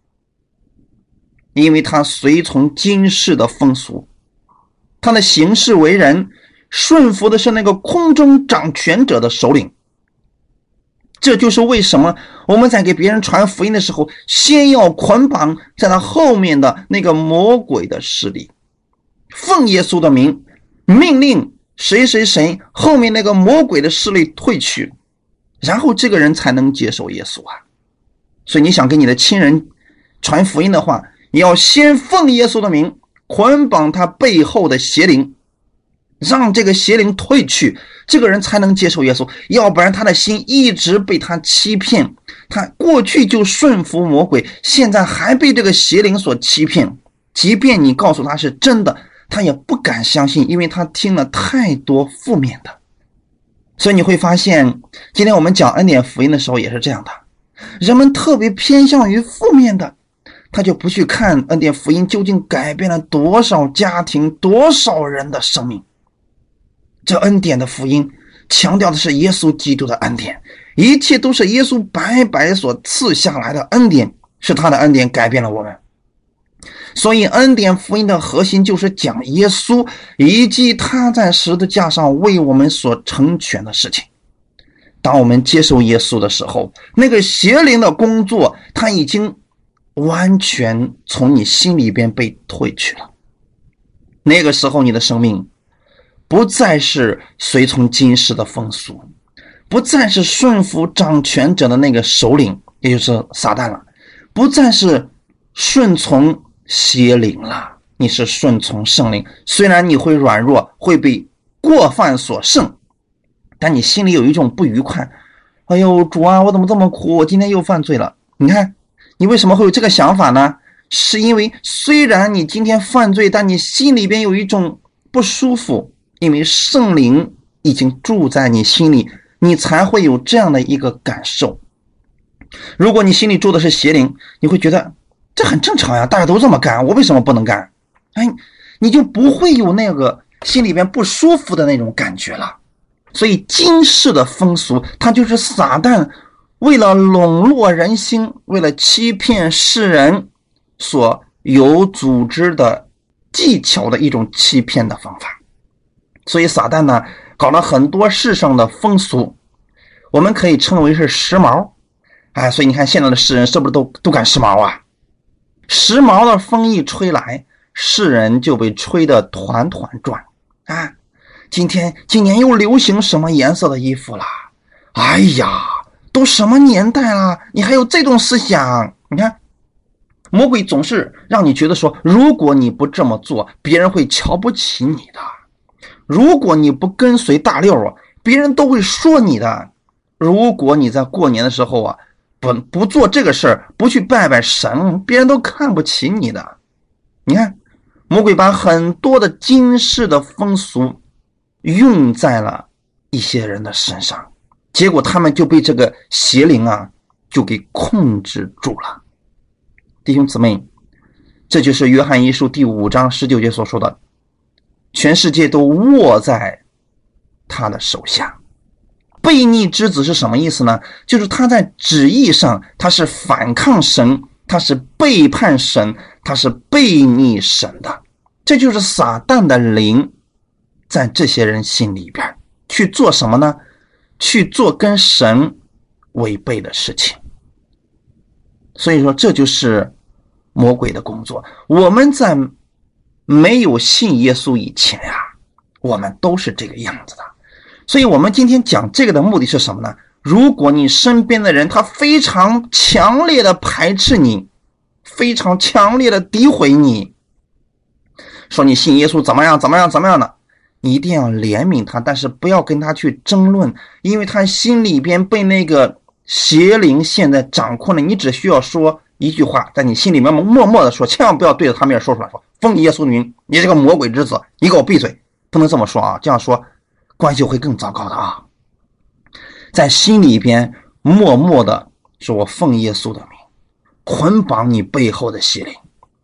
言，因为他随从今世的风俗，他的行事为人顺服的是那个空中掌权者的首领。这就是为什么我们在给别人传福音的时候，先要捆绑在他后面的那个魔鬼的势力，奉耶稣的名命令谁谁谁后面那个魔鬼的势力退去，然后这个人才能接受耶稣啊。所以你想给你的亲人传福音的话，你要先奉耶稣的名捆绑他背后的邪灵，让这个邪灵退去，这个人才能接受耶稣。要不然他的心一直被他欺骗，他过去就顺服魔鬼，现在还被这个邪灵所欺骗，即便你告诉他是真的，他也不敢相信，因为他听了太多负面的。所以你会发现，今天我们讲恩典福音的时候也是这样的，人们特别偏向于负面的，他就不去看恩典福音究竟改变了多少家庭，多少人的生命。这恩典的福音强调的是耶稣基督的恩典，一切都是耶稣白白所赐下来的恩典，是他的恩典改变了我们。所以恩典福音的核心就是讲耶稣以及他在十字架上为我们所成全的事情。当我们接受耶稣的时候，那个邪灵的工作他已经完全从你心里边被退去了。那个时候你的生命不再是随从今世的风俗，不再是顺服掌权者的那个首领，也就是撒旦了，不再是顺从邪灵了，你是顺从圣灵。虽然你会软弱，会被过犯所胜，但你心里有一种不愉快。哎呦，主啊，我怎么这么苦，我今天又犯罪了。你看你为什么会有这个想法呢？是因为虽然你今天犯罪，但你心里边有一种不舒服，因为圣灵已经住在你心里，你才会有这样的一个感受。如果你心里住的是邪灵，你会觉得这很正常呀，大家都这么干，我为什么不能干？你就不会有那个心里边不舒服的那种感觉了。所以今世的风俗，它就是撒旦为了笼络人心，为了欺骗世人所有组织的技巧的一种欺骗的方法。所以撒旦呢，搞了很多世上的风俗，我们可以称为是时髦。所以你看现在的世人是不是都赶时髦啊？时髦的风一吹来，世人就被吹得团团转啊！今年又流行什么颜色的衣服了？哎呀，都什么年代了，你还有这种思想？你看魔鬼总是让你觉得说，如果你不这么做，别人会瞧不起你的，如果你不跟随大溜啊，别人都会说你的，如果你在过年的时候啊不做这个事儿，不去拜拜神，别人都看不起你的。你看魔鬼把很多的今世的风俗用在了一些人的身上，结果他们就被这个邪灵就给控制住了。弟兄姊妹，这就是约翰一书第5章19节所说的，全世界都握在他的手下。悖逆之子是什么意思呢？就是他在旨意上他是反抗神，他是背叛神，他是悖逆神的。这就是撒旦的灵在这些人心里边去做什么呢？去做跟神违背的事情。所以说这就是魔鬼的工作。我们在没有信耶稣以前我们都是这个样子的。所以我们今天讲这个的目的是什么呢？如果你身边的人他非常强烈的排斥你，非常强烈的诋毁你，说你信耶稣怎么样的，你一定要怜悯他，但是不要跟他去争论，因为他心里边被那个邪灵现在掌控了。你只需要说一句话，在你心里面默默的说，千万不要对着他面说出来，说奉耶稣的名，你这个魔鬼之子，你给我闭嘴，不能这么说这样说关系会更糟糕的在心里边默默的说，我奉耶稣的名捆绑你背后的邪灵，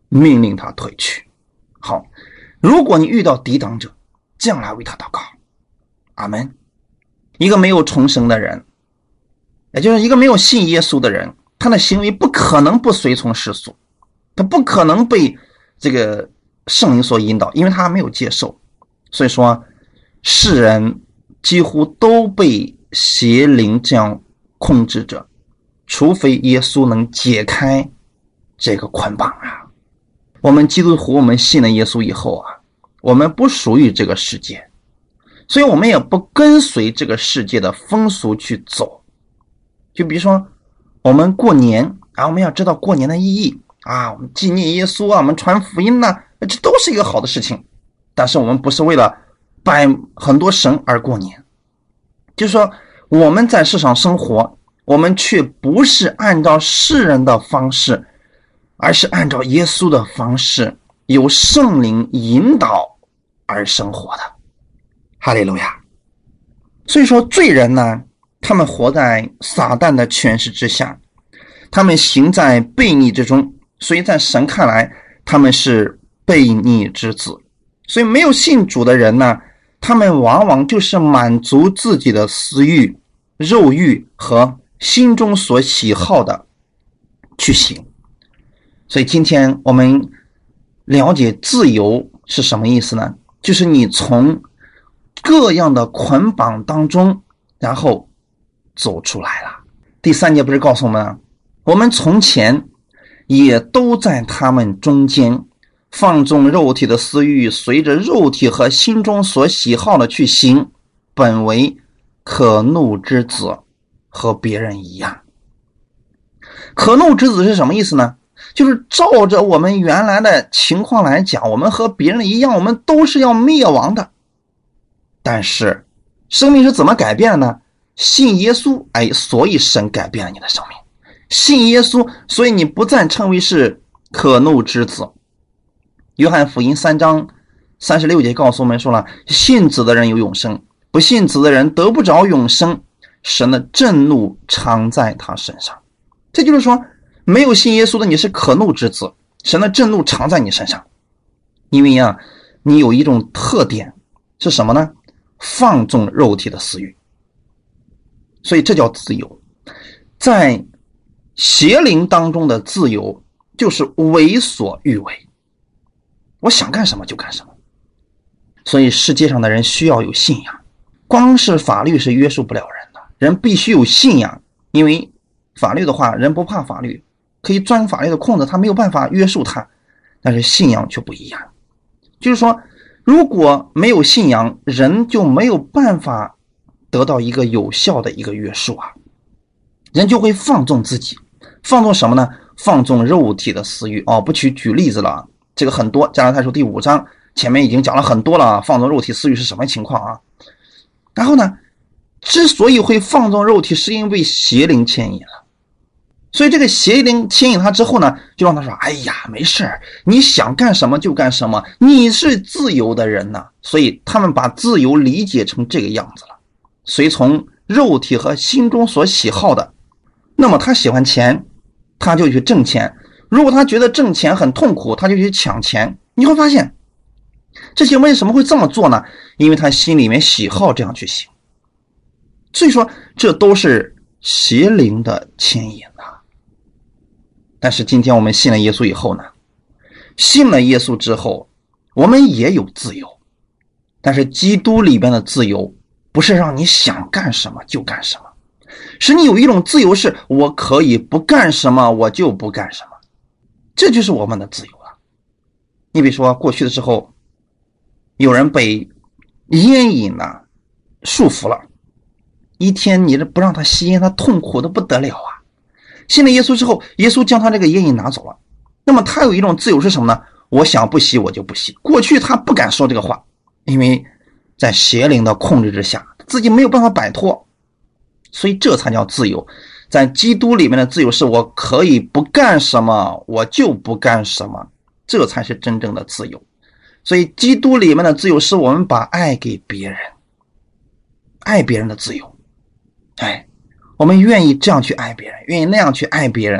命令他退去。好，如果你遇到抵挡者，这样来为他祷告。阿们。一个没有重生的人，也就是一个没有信耶稣的人，他的行为不可能不随从世俗，他不可能被这个圣灵所引导，因为他还没有接受。所以说世人几乎都被邪灵这样控制着，除非耶稣能解开这个捆绑啊。我们基督徒，我们信了耶稣以后啊，我们不属于这个世界，所以我们也不跟随这个世界的风俗去走。就比如说我们过年啊，我们要知道过年的意义啊，我们纪念耶稣啊，我们传福音啊，这都是一个好的事情。但是我们不是为了拜很多神而过年，就是说我们在世上生活，我们却不是按照世人的方式，而是按照耶稣的方式，有圣灵引导而生活的。哈利路亚。所以说罪人呢，他们活在撒旦的权势之下，他们行在悖逆之中，所以在神看来他们是悖逆之子。所以没有信主的人呢，他们往往就是满足自己的私欲、肉欲和心中所喜好的去行。所以今天我们了解自由是什么意思呢？就是你从各样的捆绑当中然后走出来了。第3节不是告诉我们，我们从前也都在他们中间放纵肉体的私欲，随着肉体和心中所喜好的去行，本为可怒之子，和别人一样。可怒之子是什么意思呢？就是照着我们原来的情况来讲，我们和别人一样，我们都是要灭亡的。但是生命是怎么改变的呢？信耶稣，所以神改变了你的生命。信耶稣，所以你不再称为是可怒之子。约翰福音3章36节告诉我们说了，信子的人有永生，不信子的人得不着永生，神的震怒常在他身上。这就是说，没有信耶稣的你是可怒之子，神的震怒常在你身上。因为你有一种特点是什么呢？放纵肉体的私欲，所以这叫自由。在邪灵当中的自由就是为所欲为，我想干什么就干什么。所以世界上的人需要有信仰，光是法律是约束不了人的，人必须有信仰。因为法律的话，人不怕法律，可以钻法律的空子，他没有办法约束他。但是信仰却不一样，就是说如果没有信仰，人就没有办法得到一个有效的一个约束啊，人就会放纵自己。放纵什么呢？放纵肉体的私欲。不去举例子了，这个很多，加拉太书第5章前面已经讲了很多了，放纵肉体私欲是什么情况啊。然后呢，之所以会放纵肉体，是因为邪灵牵引了。所以这个邪灵牵引他之后呢，就让他说，哎呀，没事，你想干什么就干什么，你是自由的人呢。所以他们把自由理解成这个样子了，随从肉体和心中所喜好的。那么他喜欢钱，他就去挣钱，如果他觉得挣钱很痛苦，他就去抢钱。你会发现这些为什么会这么做呢？因为他心里面喜好这样去行。所以说这都是邪灵的牵引啊。但是今天我们信了耶稣以后呢，信了耶稣之后我们也有自由。但是基督里边的自由不是让你想干什么就干什么，使你有一种自由，是我可以不干什么我就不干什么，这就是我们的自由了。你比如说过去的时候，有人被烟瘾束缚了，一天你不让他吸烟，他痛苦的不得了啊。信了耶稣之后，耶稣将他这个烟瘾拿走了，那么他有一种自由是什么呢？我想不吸我就不吸。过去他不敢说这个话，因为在邪灵的控制之下，自己没有办法摆脱，所以这才叫自由。在基督里面的自由是我可以不干什么我就不干什么，这才是真正的自由。所以基督里面的自由是我们把爱给别人，爱别人的自由。我们愿意这样去爱别人，愿意那样去爱别人，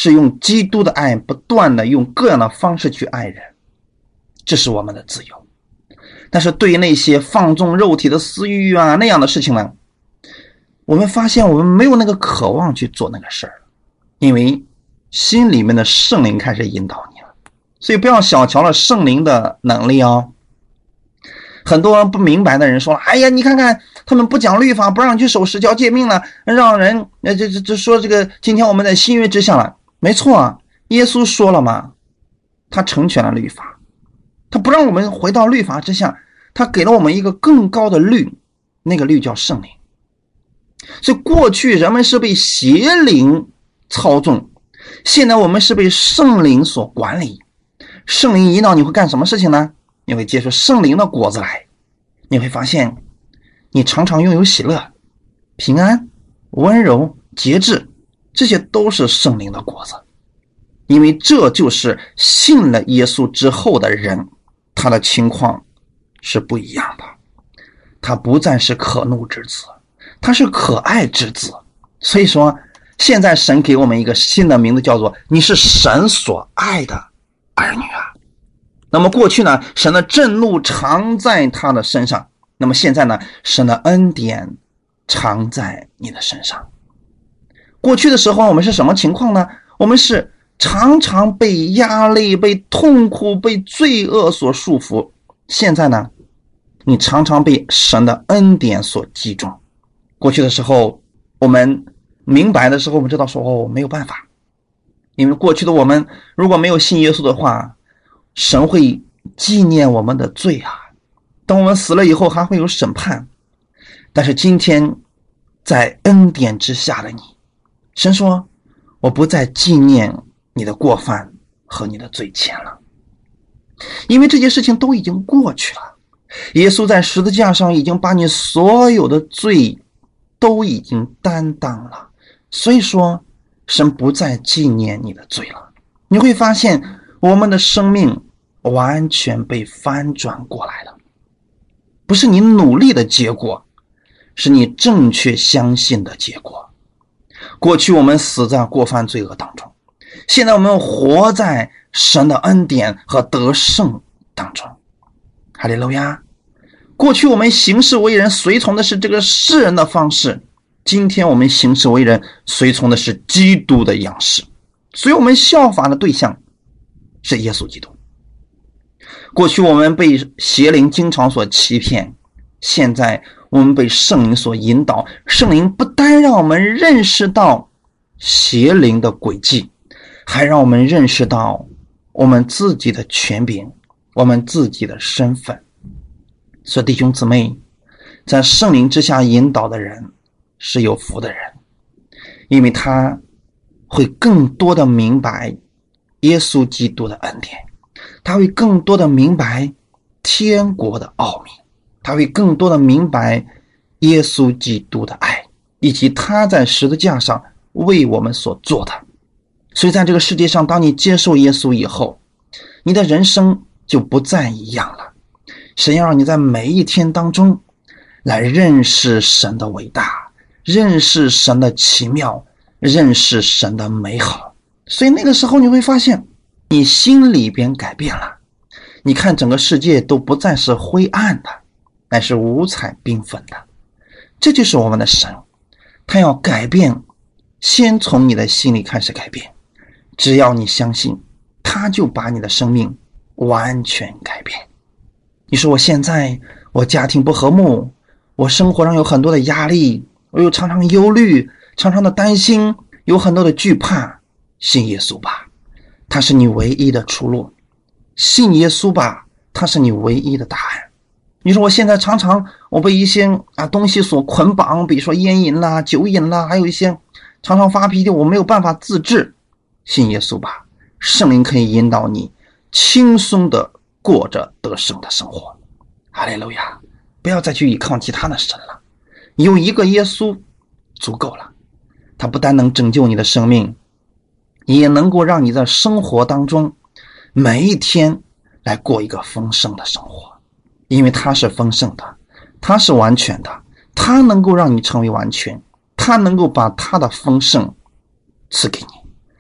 是用基督的爱不断的用各样的方式去爱人，这是我们的自由。但是对于那些放纵肉体的私欲啊那样的事情呢，我们发现我们没有那个渴望去做那个事儿，因为心里面的圣灵开始引导你了。所以不要小瞧了圣灵的能力哦。很多不明白的人说了，哎呀，你看看他们不讲律法，不让你去守十条诫命了，让人这说这个今天我们在新约之下了。没错啊，耶稣说了嘛，他成全了律法，他不让我们回到律法之下，他给了我们一个更高的律，那个律叫圣灵。所以过去人们是被邪灵操纵，现在我们是被圣灵所管理。圣灵引导你会干什么事情呢？你会结出圣灵的果子来，你会发现你常常拥有喜乐、平安、温柔、节制，这些都是圣灵的果子。因为这就是信了耶稣之后的人，他的情况是不一样的。他不再是可怒之子，他是可爱之子。所以说现在神给我们一个新的名字，叫做你是神所爱的儿女啊。那么过去呢，神的震怒常在他的身上，那么现在呢，神的恩典常在你的身上。过去的时候我们是什么情况呢？我们是常常被压力、被痛苦、被罪恶所束缚。现在呢，你常常被神的恩典所击中。过去的时候我们明白的时候，我们知道说没有办法，因为过去的我们如果没有信耶稣的话，神会纪念我们的罪啊，等我们死了以后还会有审判。但是今天在恩典之下的你，神说我不再纪念你的过犯和你的罪愆了，因为这些事情都已经过去了。耶稣在十字架上已经把你所有的罪都已经担当了，所以说神不再纪念你的罪了。你会发现我们的生命完全被翻转过来了，不是你努力的结果，是你正确相信的结果。过去我们死在过犯罪恶当中，现在我们活在神的恩典和得胜当中。哈利路亚！过去我们行事为人随从的是这个世人的方式，今天我们行事为人随从的是基督的样式，所以我们效法的对象是耶稣基督。过去我们被邪灵经常所欺骗，现在我们被圣灵所引导。圣灵不单让我们认识到邪灵的诡计，还让我们认识到我们自己的权柄，我们自己的身份。所以弟兄姊妹，在圣灵之下引导的人是有福的人，因为他会更多的明白耶稣基督的恩典，他会更多的明白天国的奥秘，他会更多的明白耶稣基督的爱，以及他在十字架上为我们所做的。所以在这个世界上，当你接受耶稣以后，你的人生就不再一样了。神要让你在每一天当中来认识神的伟大，认识神的奇妙，认识神的美好。所以那个时候你会发现你心里边改变了，你看整个世界都不再是灰暗的，乃是五彩缤纷的。这就是我们的神，他要改变，先从你的心里开始改变。只要你相信，他就把你的生命完全改变。你说我家庭不和睦，我生活上有很多的压力，我又常常忧虑，常常的担心，有很多的惧怕。信耶稣吧，他是你唯一的出路。信耶稣吧，他是你唯一的答案。你说我现在常常我被一些东西所捆绑，比如说烟瘾啦、酒瘾啦，还有一些常常发脾气，我没有办法自制。信耶稣吧，圣灵可以引导你轻松的过着得胜的生活。哈利路亚！不要再去依靠其他的神了，有一个耶稣足够了。他不但能拯救你的生命，也能够让你在生活当中每一天来过一个丰盛的生活。因为他是丰盛的，他是完全的，他能够让你成为完全，他能够把他的丰盛赐给你。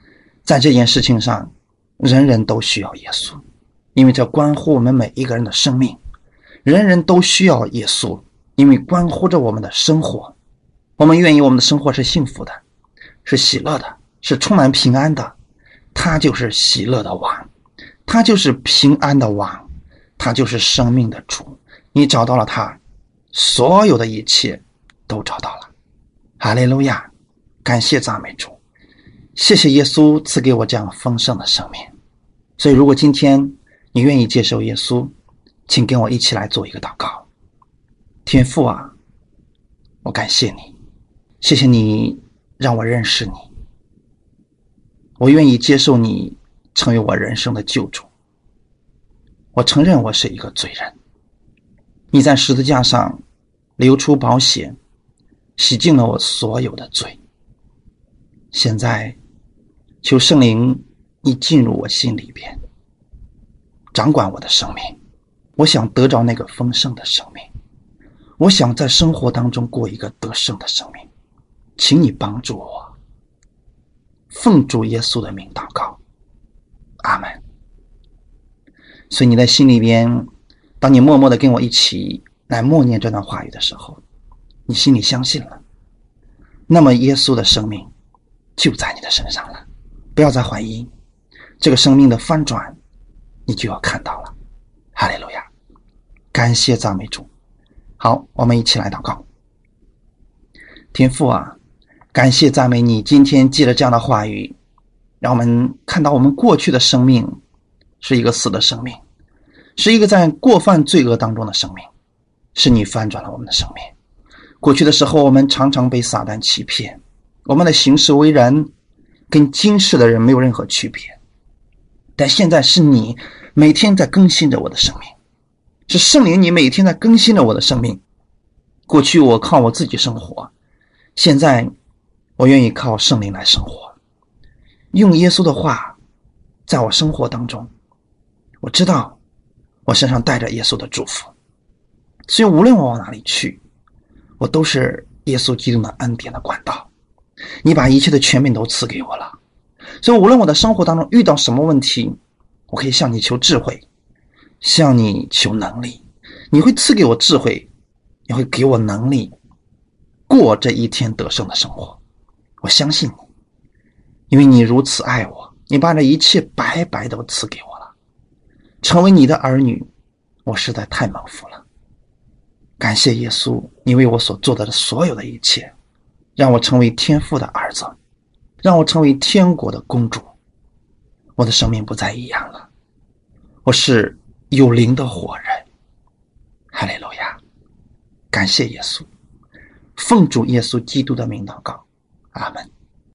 在这件事情上，人人都需要耶稣，因为这关乎我们每一个人的生命。人人都需要耶稣，因为关乎着我们的生活。我们愿意我们的生活是幸福的，是喜乐的，是充满平安的。他就是喜乐的王，他就是平安的王，他就是生命的主。你找到了他，所有的一切都找到了。哈利路亚，感谢赞美主，谢谢耶稣赐给我这样丰盛的生命。所以如果今天你愿意接受耶稣，请跟我一起来做一个祷告。天父啊，我感谢你，谢谢你让我认识你，我愿意接受你成为我人生的救主。我承认我是一个罪人，你在十字架上流出宝血，洗净了我所有的罪。现在求圣灵你进入我心里边，掌管我的生命。我想得着那个丰盛的生命，我想在生活当中过一个得胜的生命，请你帮助我。奉主耶稣的名祷告，阿们。所以你在心里边，当你默默的跟我一起来默念这段话语的时候，你心里相信了，那么耶稣的生命就在你的身上了。不要再怀疑，这个生命的翻转你就要看到了。哈利路亚，感谢赞美主。好，我们一起来祷告。天父啊，感谢赞美你，今天借着这样的话语，让我们看到我们过去的生命是一个死的生命，是一个在过犯罪恶当中的生命，是你翻转了我们的生命。过去的时候，我们常常被撒旦欺骗，我们的行事为人跟今世的人没有任何区别。但现在是你每天在更新着我的生命，是圣灵你每天在更新着我的生命。过去我靠我自己生活，现在我愿意靠圣灵来生活，用耶稣的话在我生活当中。我知道我身上带着耶稣的祝福，所以无论我往哪里去，我都是耶稣基督的恩典的管道。你把一切的权柄都赐给我了，所以无论我的生活当中遇到什么问题，我可以向你求智慧，向你求能力。你会赐给我智慧，你会给我能力过这一天得胜的生活。我相信你，因为你如此爱我，你把这一切白白都赐给我了。成为你的儿女，我实在太蒙福了。感谢耶稣，你为我所做的所有的一切，让我成为天父的儿子，让我成为天国的公主。我的生命不再一样了，我是有灵的活人。哈利路亚，感谢耶稣，奉主耶稣基督的名祷告，阿们。